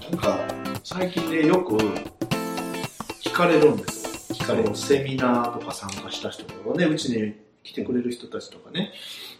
なんか最近ねよく聞かれるんですよ。セミナーとか参加した人とかね、うちに来てくれる人たちとかね、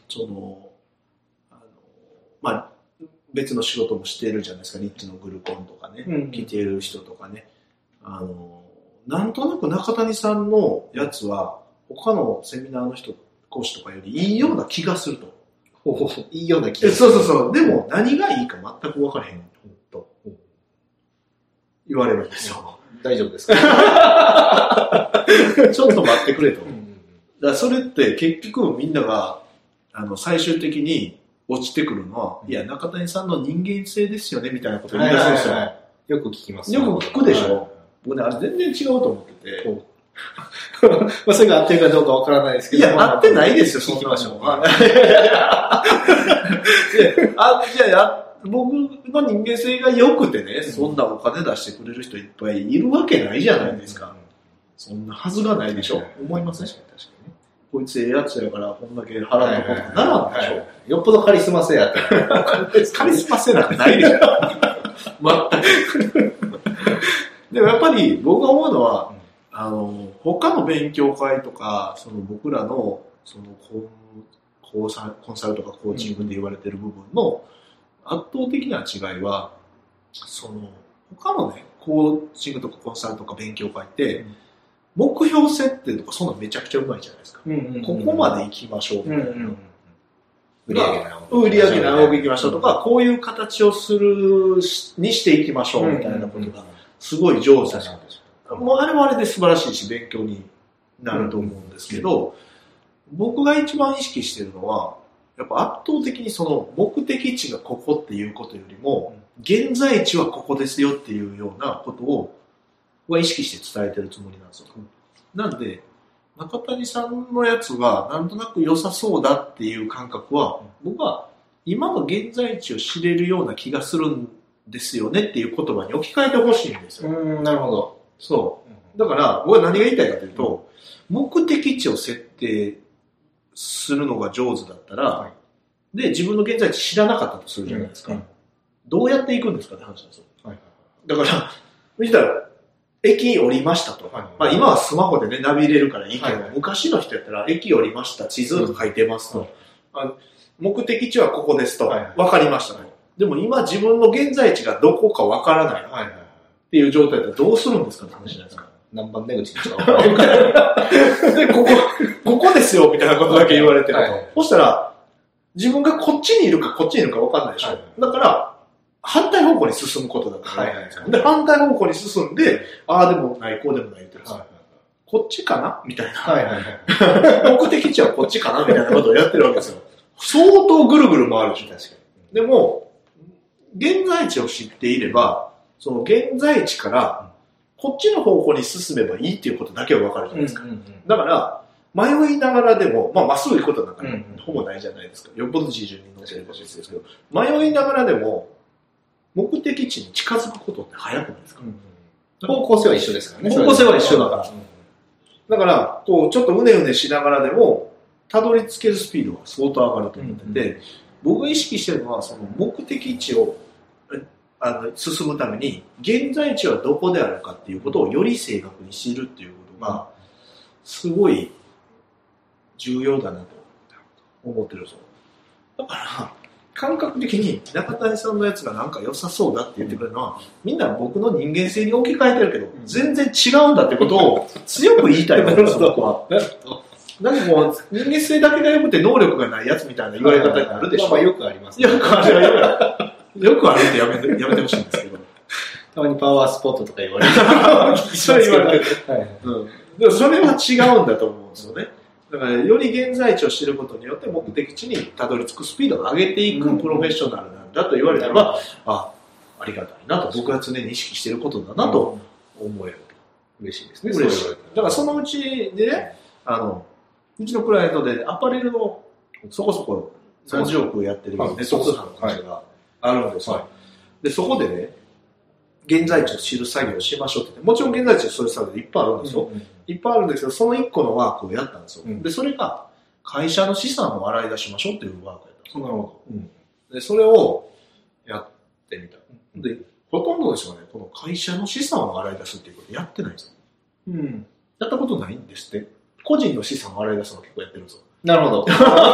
まあ別の仕事もしているじゃないですか。リッチのグルコンとかね、来ている人とかね、なんとなく中谷さんのやつは他のセミナーの人講師とかよりいいような気がすると。 いいような気がする。 そう。でも何がいいか全く分からへんと言われるんですよ。 大丈夫ですかちょっと待ってくれと。だからそれって結局みんなが最終的に落ちてくるのは、いや中谷さんの人間性ですよねみたいなことを言い出すんですよ。 よく聞きます。 よく聞くでしょ。僕ねあれ全然違うと思ってて。 まあそれが合ってるかどうかわからないですけど。 いや、合ってないですよ、 聞きましょう。 僕の人間性が良くてね、そんなお金出してくれる人いっぱいいるわけないじゃないですか。そんなはずがないでしょ。思いません？確かに。こいつええやつやからこんだけ払ったことならんでしょ。 よっぽどカリスマ性やったら。 カリスマ性なんかないでしょ。全く。でもやっぱり僕が思うのは、他の勉強会とか、僕らのコンサルとかコーチングで言われてる部分の圧倒的な違いは、他のね、コーチングとかコンサルとか勉強会って、目標設定とかそんなめちゃくちゃうまいじゃないですか。ここまで行きましょうみたいな。売上何億行きましょうとか、こういう形をにしていきましょうみたいなことがすごい上手なんですよ。もうあれはあれで素晴らしいし勉強になると思うんですけど、僕が一番意識してるのはやっぱ圧倒的にその目的地がここっていうことよりも現在地はここですよっていうようなことを意識して伝えてるつもりなんですよ。なんで中谷さんのやつがなんとなく良さそうだっていう感覚は僕は今の現在地を知れるような気がするんですよねっていう言葉に置き換えてほしいんですよ。 なるほど。 そう。だから、僕は何が言いたいかというと、目的地を設定するのが上手だったら、で、自分の現在地知らなかったとするじゃないですか。どうやって行くんですかって話なんですよ。だから、見たら、駅降りましたと。まあ今はスマホでね、ナビ入れるからいいけど、昔の人やったら、駅降りました、地図書いてますと。目的地はここですと。わかりましたと。でも今自分の現在地がどこかわからない。っていう状態だったらどうするんですかって話じゃないですか。 何番出口ですかで、ここですよみたいなことだけ言われてると。そしたら、自分がこっちにいるかこっちにいるか分かんないでしょ。だから、反対方向に進むことだから。で、反対方向に進んで、ああでもない、こうでもないって言ってるんですよ。こっちかなみたいな。目的地はこっちかなみたいなことをやってるわけですよ。相当ぐるぐる回るでしょ。確かに。でも、現在地を知っていれば、その現在地からこっちの方向に進めばいいっていうことだけは分かるじゃないですか。だから迷いながらでも、まっすぐ行くことなんかほぼないじゃないですか。よっぽど自重に乗せることですけど、迷いながらでも目的地に近づくことって早くないですか。 方向性は一緒ですからね。 方向性は一緒だから。だからちょっとうねうねしながらでもたどり着けるスピードは相当上がると思ってて、僕が意識してるのはその目的地を進むために現在地はどこであるかっていうことをより正確に知るっていうことがすごい重要だなと思ってるんですよ。だから感覚的に中谷さんのやつがなんか良さそうだって言ってくれるのはみんな僕の人間性に置き換えてるけど全然違うんだってことを強く言いたいわけですよ、僕は。なんかもう人間性だけが良くて能力がないやつみたいな言われ方になるでしょ。 まあよくあります。 よくあるってやめてほしいんですけど。 たまにパワースポットとか言われる。 それ言われてる。でもそれは違うんだと思うんですよね。だからより現在地を知ることによって目的地にたどり着くスピードを上げていくプロフェッショナルなんだと言われれば、ありがたいなと僕は常に意識していることだなと思える。 嬉しいですね。 嬉しい。だからそのうちでね、うちのクライアントでアパレルのそこそこ30億やってるネット通販の会社があるんですよ。で、そこでね、現在地を知る作業をしましょうって言って、もちろん現在地をそういう作業いっぱいあるんですよ。いっぱいあるんですけど、その1個のワークをやったんですよ。で、それが会社の資産を洗い出しましょうっていうワークやったんですよ。 なるほど。で、それをやってみた。で、 ほとんどの人がね、この会社の資産を洗い出すっていうことやってないんですよ。 うん。 やったことないんですって。個人の資産を洗い出すの結構やってるんですよ。 なるほど。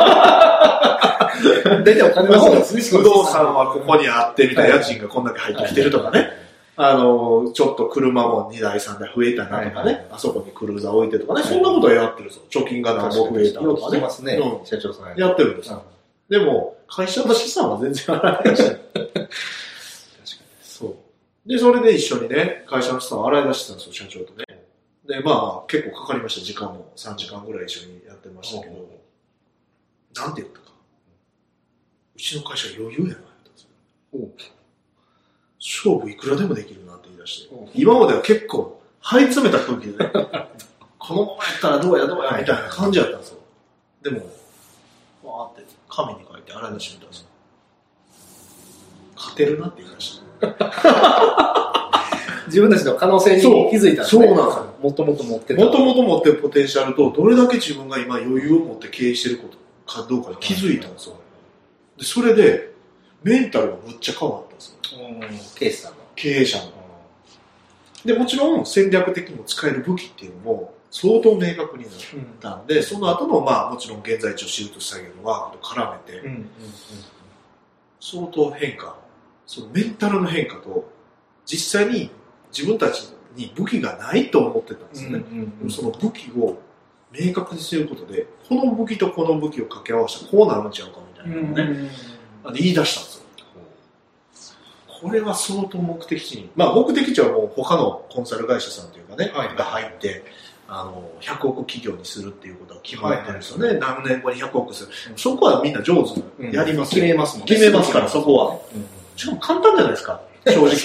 大体お金の方ですね。 不動産はここにあってみたいな、家賃がこんだけ入ってきてるとかね。ちょっと車も2台3台増えたなとかね。あそこにクルーザー置いてとかね。そんなことはやってるんですよ。貯金が何も増えたとかね。 ますね。社長さん。 やってるんですよ。でも、会社の資産は全然洗い出してない。確かに。そう。で、それで一緒にね、会社の資産を洗い出してたんですよ、社長とね。で、まあ、結構かかりました。時間も3時間ぐらい一緒にやってましたけど、なんて言ったか。うちの会社余裕やな、勝負いくらでもできるなって言い出して、今までは結構、張り詰めた時でね、このままやったらどうやみたいな感じだったんですよ。でも、わーって紙に書いて洗い出してみたんですよ。勝てるなって言い出した。 自分たちの可能性に気づいたんですね。 そうなんですよ。 もともと持ってるポテンシャルと、どれだけ自分が今余裕を持って経営してることかどうかに気づいたんですよ。で、それで、メンタルがむっちゃ変わったんですよ。経営者の。で、もちろん戦略的にも使える武器っていうのも相当明確になったんで、その後のまあもちろん現在地をシフトしてあげるワークと絡めて、相当変化、そのメンタルの変化と、実際に自分たちに武器がないと思ってたんですよね。その武器を明確にすることで、この武器とこの武器を掛け合わせたらこうなるんちゃうかみたいなのをね、言い出したんですよ。これは相当目的地に、まあ目的地はもう他のコンサル会社さんというかね、が入って、100億企業にするっていうことは決まってるんですよね。何年後に100億する。そこはみんな上手にやりますよ。 決めますもんね。 決めますから、そこは。しかも簡単じゃないですか。正直。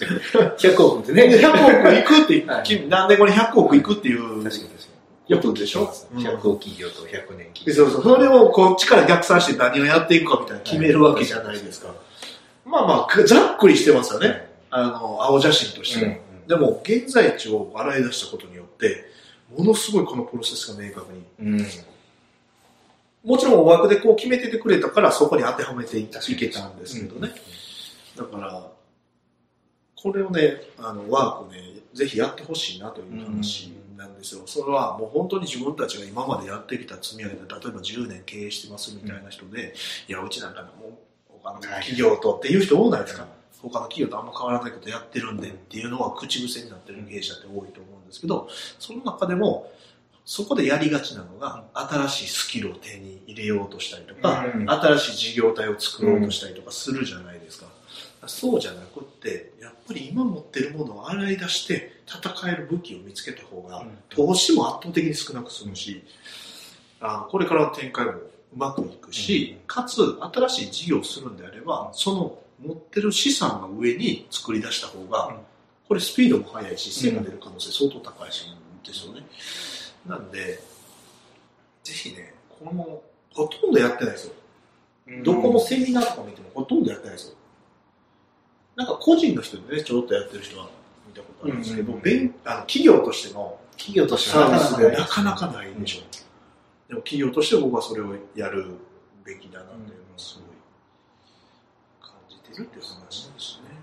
100億ってね。 100億いくって、何年後に100億いくっていう。 確かに。 よくでしょ ?100 億企業と100年企業。 そうそう。それをこっちから逆算して何をやっていくかみたいな決めるわけじゃないですか。まあまあ、ざっくりしてますよね。青写真としては。でも、現在地を洗い出したことによって、ものすごいこのプロセスが明確に。もちろん、枠でこう決めててくれたから、そこに当てはめていけたんですけどね。だから、これをね、ワークね、ぜひやってほしいなという話なんですよ。それはもう本当に自分たちが今までやってきた積み上げで、例えば10年経営してますみたいな人で、いや、うちなんかもう、他の企業とっていう人多ないですか、他の企業とあんま変わらないことやってるんでっていうのは口癖になってる経営者って多いと思うんですけど、その中でもそこでやりがちなのが新しいスキルを手に入れようとしたりとか、新しい事業体を作ろうとしたりとかするじゃないですか。そうじゃなくってやっぱり今持ってるものを洗い出して戦える武器を見つけた方が投資も圧倒的に少なく済むし、これからの展開もうまくいくし、かつ新しい事業をするんであれば、その持ってる資産の上に作り出した方が、これスピードも速いし、成果出る可能性相当高いしですよね。なんで、ぜひね、ほとんどやってないですよ。どこのセミナーとか見てもほとんどやってないですよ。なんか個人の人でね、ちょろっとやってる人は見たことあるんですけど、企業としてのサービスでなかなかないでしょ。でも企業として僕はそれをやるべきだなというのをすごい感じてるっていう話ですね。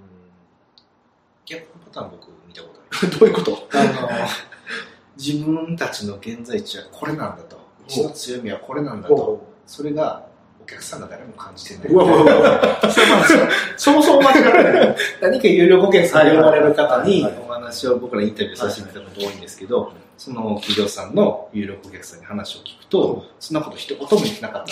逆のパターン僕見たことある。 どういうこと？ 自分たちの現在地はこれなんだと。うちの強みはこれなんだと。それがお客さんが誰も感じてない。 そもそも間違ってない。 何か有料顧客さんと呼ばれる方にお話を僕らインタビューさせていただくこと多いんですけど、その企業さんの有料顧客さんに話を聞くと、そんなこと一言も言ってなかった。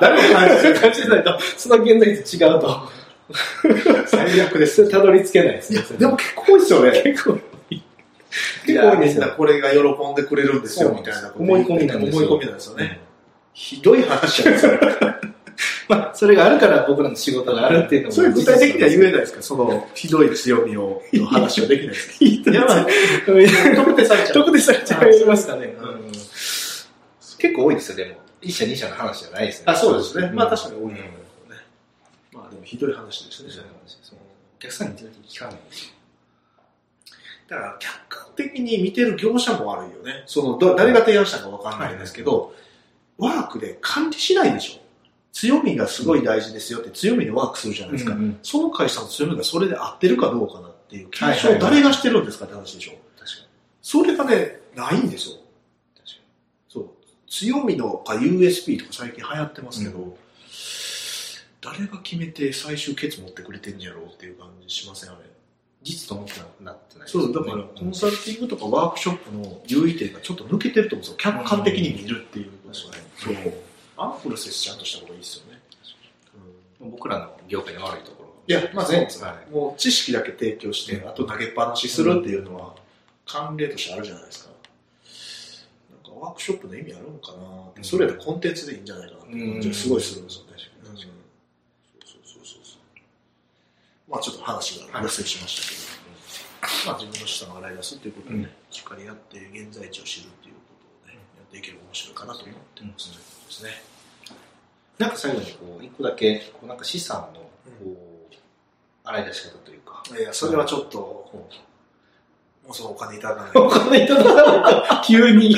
誰も感じてないと、その現在地違うと。 最悪です。 たどり着けないですね。 でも結構多いですよね。 結構多いですね。これが喜んでくれるんですよ、みたいなこと。 思い込みなんですよね。ひどい話なんですよ。 まあ、それがあるから僕らの仕事があるっていうのも。 それ具体的には言えないですか？その、ひどい強みの話はできないですか？ やばい。特定されちゃう。特定されちゃいますかね。結構多いですよ、でも。一社二社の話じゃないですね。 そうですね。まあ確かに多いと思うね。まあでもひどい話ですね。 お客さんに聞かない。 だから客観的に見てる業者も悪いよね。誰が提案したかわかんないですけど、ワークで管理しないでしょ。 強みがすごい大事ですよって強みでワークするじゃないですか。その会社の強みがそれで合ってるかどうかなっていう検証を誰がしてるんですかって話でしょ。 確かに。 それがね、ないんですよ。 確かに。 そう。強みのか USP とか最近流行ってますけど、誰が決めて最終決持ってくれてんやろうっていう感じしません、あれ。 実と思ってなってない。 そう、だからコンサルティングとかワークショップの優位点がちょっと抜けてると思うんですよ。客観的に見るっていうことがね。そう。あのプロセスちゃんとした方がいいですよね。 僕らの業界に悪いところ。 いや、まあそうです。もう知識だけ提供して、あと投げっぱなしするっていうのは、慣例としてあるじゃないですか。なんかワークショップの意味あるのかなって、それでコンテンツでいいんじゃないかなって感じがすごいするんですよね。まあちょっと話が脱線しましたけど、まあ自分の資産を洗い出すっていうことをね、しっかりやって現在地を知るっていうことをね、やっていければ面白いかなと思ってますですね。 なんか最後に一個だけなんか資産の洗い出し方というか。 いや、それはちょっと、もうそのお金いただかない。 お金いただかない。急に。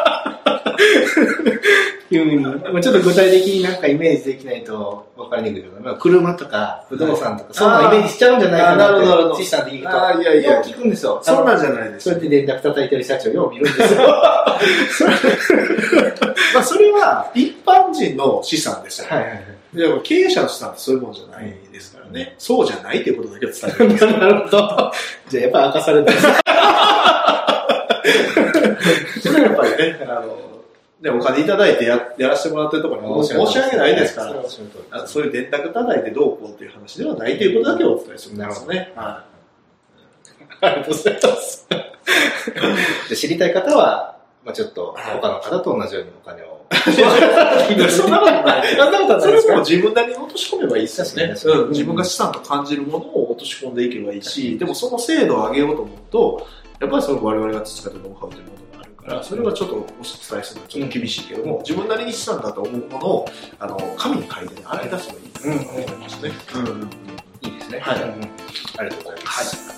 急に。ちょっと具体的になんかイメージできないと分かりにくいけど、車とか不動産とか、そういうのイメージしちゃうんじゃないかなって。資産でいいと。 いやいや。 よく聞くんですよ。 そんなんじゃないです。 そうやって連絡叩いてる社長よう見るんですよ。 まあそれは一般人の資産ですよ。 はいはいはい。 でも経営者の資産ってそういうもんじゃないですからね。そうじゃないっていうことだけを伝えてるんですよ。 なるほど。じゃあやっぱり明かされてる。 それはやっぱりね、お金いただいてやらせてもらってるところに申し訳ないですから、そういう電卓叩いてどうこうっていう話ではないということだけをお伝えするんですよね。 ありがとうございます。知りたい方は、ちょっと他の方と同じようにお金を。 そんなことない。それも自分なりに落とし込めばいいですよね。自分が資産と感じるものを落とし込んでいけばいいし、でもその精度を上げようと思うと、やっぱりその我々が培ったノウハウというものがあるから、それはちょっとお伝えするのはちょっと厳しいけども、自分なりに資産だと思うものを紙に書いて洗い出せばいいと思いますね。 いいですね。 はい。 ありがとうございます。